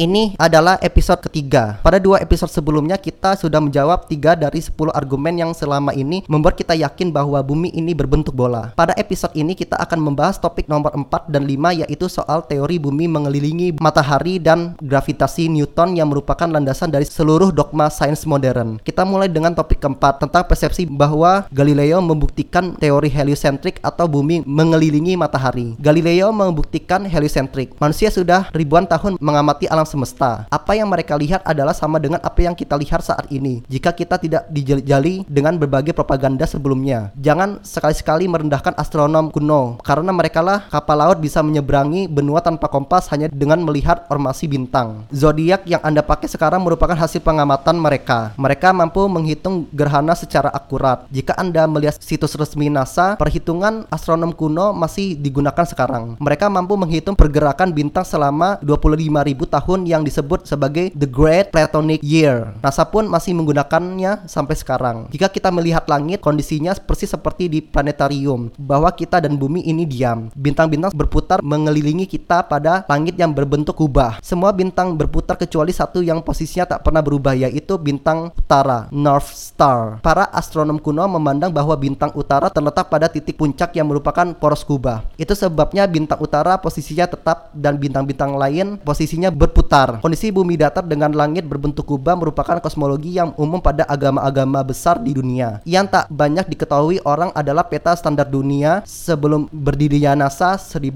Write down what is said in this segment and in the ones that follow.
Ini adalah episode ketiga. Pada 2 episode sebelumnya kita sudah menjawab 3 dari 10 argumen yang selama ini membuat kita yakin bahwa bumi ini berbentuk bola. Pada episode ini kita akan membahas topik nomor 4 dan 5, yaitu soal teori bumi mengelilingi matahari dan gravitasi Newton yang merupakan landasan dari seluruh dogma sains modern. Kita mulai dengan topik keempat tentang persepsi bahwa Galileo membuktikan teori heliocentrik atau bumi mengelilingi matahari. Galileo membuktikan heliocentrik. Manusia sudah ribuan tahun mengamati alam semesta. Apa yang mereka lihat adalah sama dengan apa yang kita lihat saat ini, jika kita tidak dijali dengan berbagai propaganda sebelumnya. Jangan sekali-sekali merendahkan astronom kuno, karena merekalah kapal laut bisa menyeberangi benua tanpa kompas hanya dengan melihat formasi bintang. Zodiak yang Anda pakai sekarang merupakan hasil pengamatan mereka. Mereka mampu menghitung gerhana secara akurat. Jika Anda melihat situs resmi NASA, perhitungan astronom kuno masih digunakan sekarang. Mereka mampu menghitung pergerakan bintang selama 25.000 tahun yang disebut sebagai The Great Platonic Year. NASA pun masih menggunakannya sampai sekarang. Jika kita melihat langit, kondisinya persis seperti di planetarium, bahwa kita dan bumi ini diam. Bintang-bintang berputar mengelilingi kita pada langit yang berbentuk kubah. Semua bintang berputar kecuali satu yang posisinya tak pernah berubah, yaitu bintang utara, North Star. Para astronom kuno memandang bahwa bintang utara terletak pada titik puncak yang merupakan poros kubah. Itu sebabnya bintang utara posisinya tetap dan bintang-bintang lain posisinya berputar. Kondisi bumi datar dengan langit berbentuk kubah merupakan kosmologi yang umum pada agama-agama besar di dunia. Yang tak banyak diketahui orang adalah peta standar dunia sebelum berdirinya NASA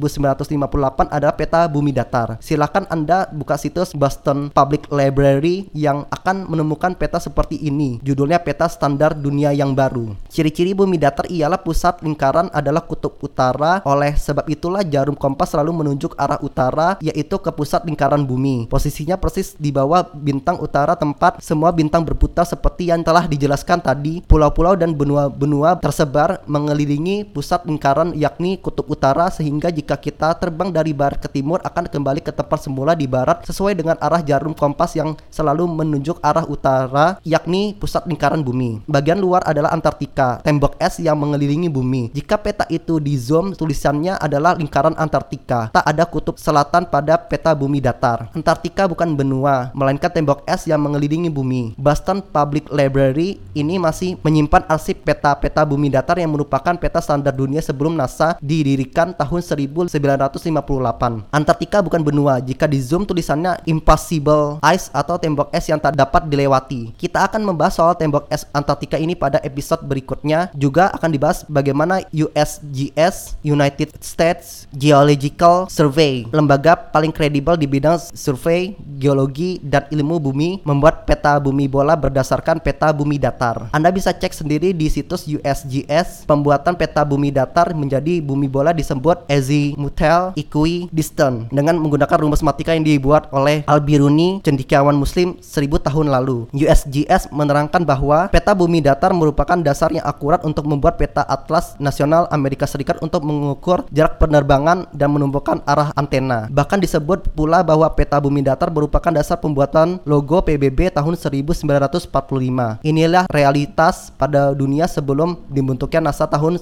1958 adalah peta bumi datar. Silakan Anda buka situs Boston Public Library yang akan menemukan peta seperti ini. Judulnya Peta Standar Dunia yang Baru. Ciri-ciri bumi datar ialah pusat lingkaran adalah kutub utara. Oleh sebab itulah jarum kompas selalu menunjuk arah utara, yaitu ke pusat lingkaran bumi. Posisinya persis di bawah bintang utara, tempat semua bintang berputar seperti yang telah dijelaskan tadi. Pulau-pulau dan benua-benua tersebar mengelilingi pusat lingkaran, yakni kutub utara, sehingga jika kita terbang dari barat ke timur akan kembali ke tempat semula di barat sesuai dengan arah jarum kompas yang selalu menunjuk arah utara, yakni pusat lingkaran bumi. Bagian luar adalah Antartika, tembok es yang mengelilingi bumi. Jika peta itu di zoom, tulisannya adalah lingkaran Antartika. Tak ada kutub selatan pada peta bumi datar. Antartika bukan benua, melainkan tembok es yang mengelilingi bumi. Boston Public Library ini masih menyimpan arsip peta-peta bumi datar yang merupakan peta standar dunia sebelum NASA didirikan tahun 1958. Antartika bukan benua. Jika di zoom, tulisannya Impossible Ice atau tembok es yang tak dapat dilewati. Kita akan membahas soal tembok es Antartika ini pada episode berikutnya. Juga akan dibahas bagaimana USGS, United States Geological Survey, lembaga paling kredibel di bidang survei, geologi, dan ilmu bumi, membuat peta bumi bola berdasarkan peta bumi datar. Anda bisa cek sendiri di situs USGS. Pembuatan peta bumi datar menjadi bumi bola disebut azimuthal equidistant dengan menggunakan rumus matematika yang dibuat oleh Al-Biruni, cendekiawan muslim 1000 tahun lalu. USGS menerangkan bahwa peta bumi datar merupakan dasar yang akurat untuk membuat peta atlas nasional Amerika Serikat untuk mengukur jarak penerbangan dan menentukan arah antena. Bahkan disebut pula bahwa peta bumi datar merupakan dasar pembuatan logo PBB tahun 1945. Inilah realitas pada dunia sebelum dibentuknya NASA tahun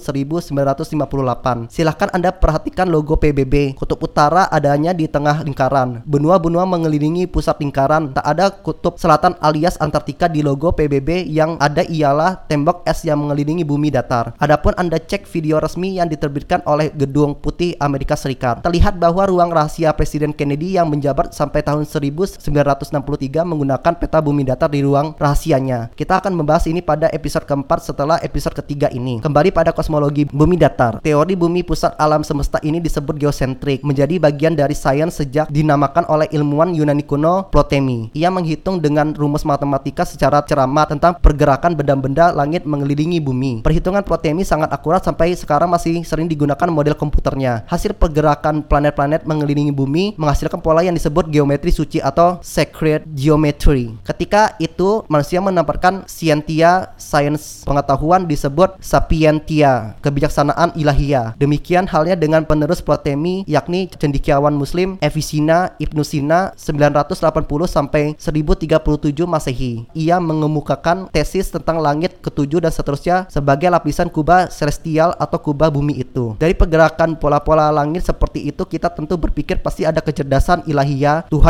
1958. Silahkan Anda perhatikan logo PBB. Kutub utara adanya di tengah lingkaran. Benua-benua mengelilingi pusat lingkaran. Tak ada kutub selatan alias Antartika di logo PBB. Yang ada ialah tembok es yang mengelilingi bumi datar. Adapun Anda cek video resmi yang diterbitkan oleh Gedung Putih Amerika Serikat, terlihat bahwa ruang rahasia Presiden Kennedy yang menjabat sampai tahun 1963 menggunakan peta bumi datar di ruang rahasianya. Kita akan membahas ini pada episode keempat setelah episode ketiga ini. Kembali pada kosmologi bumi datar. Teori bumi pusat alam semesta ini disebut geosentrik, menjadi bagian dari sains sejak dinamakan oleh ilmuwan Yunani kuno Ptolemy. Ia menghitung dengan rumus matematika secara cermat tentang pergerakan benda-benda langit mengelilingi bumi. Perhitungan Ptolemy sangat akurat sampai sekarang masih sering digunakan model komputernya. Hasil pergerakan planet-planet mengelilingi bumi menghasilkan pola yang disebut geometri suci atau sacred geometry. Ketika itu manusia menempatkan scientia, sains pengetahuan, disebut sapientia, kebijaksanaan ilahiyah. Demikian halnya dengan penerus Ptolemy, yakni cendekiawan muslim Avicenna Ibnu Sina 980 sampai 1037 Masehi. Ia mengemukakan tesis tentang langit ketujuh dan seterusnya sebagai lapisan kubah celestial atau kubah bumi itu. Dari pergerakan pola-pola langit seperti itu, kita tentu berpikir pasti ada kecerdasan ilahiyah, Tuhan yang Maha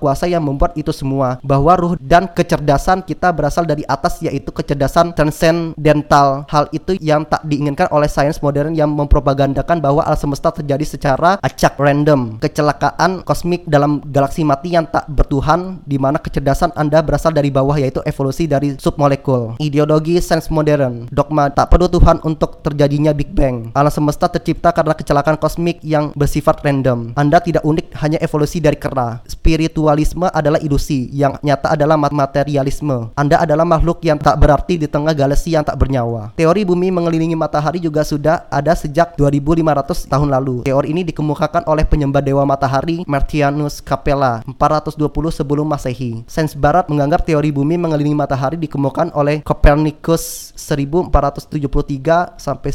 kuasa yang membuat itu semua, bahwa ruh dan kecerdasan kita berasal dari atas, yaitu kecerdasan transcendental. Hal itu yang tak diinginkan oleh sains modern yang mempropagandakan bahwa alam semesta terjadi secara acak, random, kecelakaan kosmik dalam galaksi mati yang tak bertuhan, di mana kecerdasan Anda berasal dari bawah, yaitu evolusi dari submolekul. Ideologi sains modern, dogma tak perlu Tuhan untuk terjadinya Big Bang. Alam semesta tercipta karena kecelakaan kosmik yang bersifat random. Anda tidak unik, hanya evolusi dari kera. Spiritualisme adalah ilusi, yang nyata adalah materialisme. Anda adalah makhluk yang tak berarti di tengah galaksi yang tak bernyawa. Teori bumi mengelilingi matahari juga sudah ada sejak 2500 tahun lalu. Teori ini dikemukakan oleh penyembah dewa matahari Marcianus Capella 420 sebelum Masehi. Sains barat menganggap teori bumi mengelilingi matahari dikemukakan oleh Copernicus 1473 sampai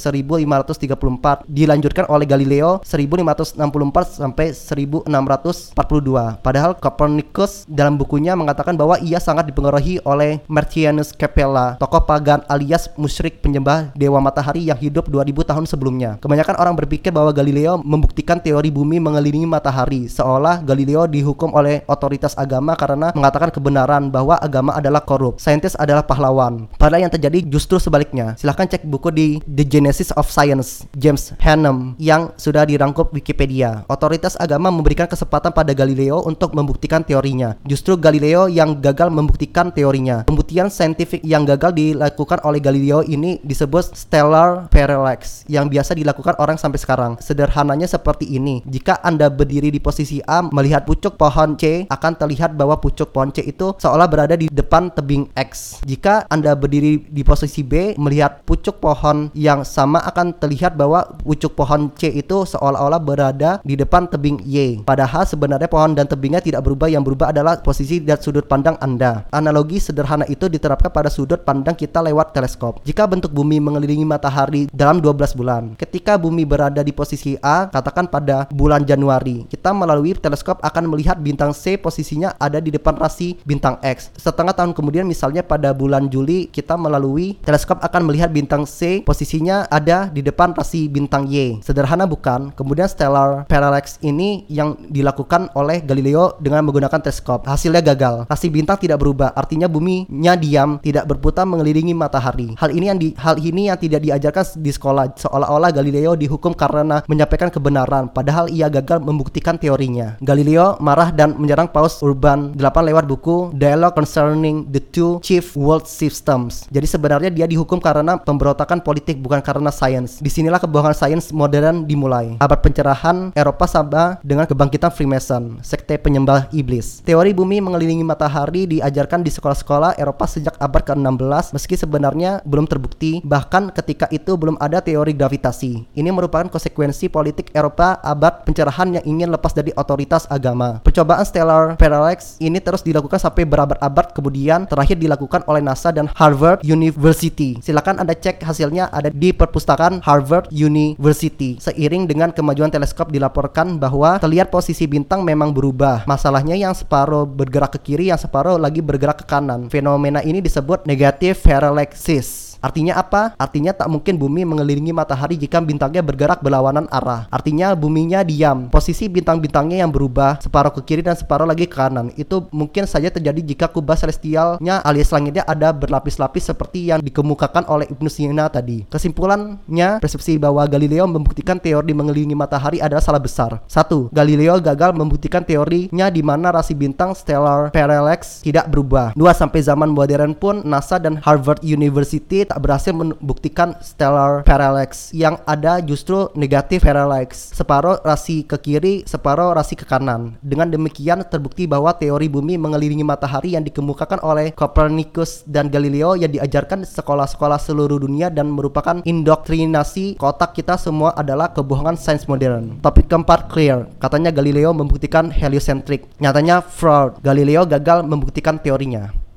1534, dilanjutkan oleh Galileo 1564 sampai 1642. Padahal Copernicus dalam bukunya mengatakan bahwa ia sangat dipengaruhi oleh Marcianus Capella, tokoh pagan alias musyrik penyembah dewa matahari yang hidup 2000 tahun sebelumnya. Kebanyakan orang berpikir bahwa Galileo membuktikan teori bumi mengelilingi matahari, seolah Galileo dihukum oleh otoritas agama karena mengatakan kebenaran bahwa agama adalah korup, saintis adalah pahlawan. Padahal yang terjadi justru sebaliknya. Silahkan cek buku di The Genesis of Science, James Hannam, yang sudah dirangkum Wikipedia. Otoritas agama memberikan kesempatan pada Galileo untuk membuktikan teorinya. Justru Galileo yang gagal membuktikan teorinya. Pembuktian saintifik yang gagal dilakukan oleh Galileo ini disebut stellar parallax, yang biasa dilakukan orang sampai sekarang. Sederhananya seperti ini: jika Anda berdiri di posisi A melihat pucuk pohon C, akan terlihat bahwa pucuk pohon C itu seolah berada di depan tebing X. Jika Anda berdiri di posisi B melihat pucuk pohon yang sama, akan terlihat bahwa pucuk pohon C itu seolah-olah berada di depan tebing Y. Padahal sebenarnya pohon dan tebingnya tidak berubah, yang berubah adalah posisi dan sudut pandang Anda. Analogi sederhana itu diterapkan pada sudut pandang kita lewat teleskop. Jika bentuk bumi mengelilingi matahari dalam 12 bulan, ketika bumi berada di posisi A, katakan pada bulan Januari, kita melalui teleskop akan melihat bintang C posisinya ada di depan rasi bintang X. Setengah tahun kemudian, misalnya pada bulan Juli, kita melalui teleskop akan melihat bintang C posisinya ada di depan rasi bintang Y. Sederhana bukan? Kemudian stellar parallax ini yang dilakukan oleh Galileo dengan menggunakan teleskop. Hasilnya gagal. Rasi bintang tidak berubah, artinya buminya diam, tidak berputar mengelilingi matahari. Hal ini yang tidak diajarkan di sekolah. Seolah-olah Galileo dihukum karena menyampaikan kebenaran, padahal ia gagal membuktikan teorinya. Galileo marah dan menyerang Paus Urban VIII lewat buku Dialogue Concerning the Two Chief World Systems. Jadi sebenarnya dia dihukum karena pemberontakan politik, bukan karena sains. Disinilah kebohongan sains modern dimulai. Abad pencerahan Eropa sama dengan kebangkitan Freemason, sekte penyembah iblis. Teori bumi mengelilingi matahari diajarkan di sekolah-sekolah Eropa sejak abad ke-16, meski sebenarnya belum terbukti. Bahkan ketika itu belum ada teori gravitasi. Ini merupakan konsekuensi politik Eropa abad pencerahan yang ingin lepas dari otoritas agama. Percobaan stellar parallax ini terus dilakukan sampai berabad-abad kemudian, terakhir dilakukan oleh NASA dan Harvard University. Silakan Anda cek hasilnya, ada di perpustakaan Harvard University. Seiring dengan kemajuan teleskop, dilaporkan bahwa terlihat posisi bintang memang berubah. Masalahnya yang separuh bergerak ke kiri, yang separuh lagi bergerak ke kanan. Fenomena ini disebut negative parallaxis. Artinya apa? Artinya tak mungkin bumi mengelilingi matahari jika bintangnya bergerak berlawanan arah. Artinya buminya diam. Posisi bintang-bintangnya yang berubah, separuh ke kiri dan separuh lagi ke kanan. Itu mungkin saja terjadi jika kubah celestialnya alias langitnya ada berlapis-lapis seperti yang dikemukakan oleh Ibnu Sina tadi. Kesimpulannya, persepsi bahwa Galileo membuktikan teori mengelilingi matahari adalah salah besar. 1. Galileo gagal membuktikan teorinya di mana rasi bintang stellar parallax tidak berubah. 2. Sampai zaman modern pun NASA dan Harvard University tak berhasil membuktikan stellar parallax. Yang ada justru negatif parallax, separuh rasi ke kiri, separuh rasi ke kanan. Dengan demikian terbukti bahwa teori bumi mengelilingi matahari yang dikemukakan oleh Copernicus dan Galileo yang diajarkan di sekolah-sekolah seluruh dunia dan merupakan indoktrinasi ke otak kita semua adalah kebohongan sains modern. Topik keempat, clear. Katanya Galileo membuktikan heliocentrik. Nyatanya fraud. Galileo gagal membuktikan teorinya.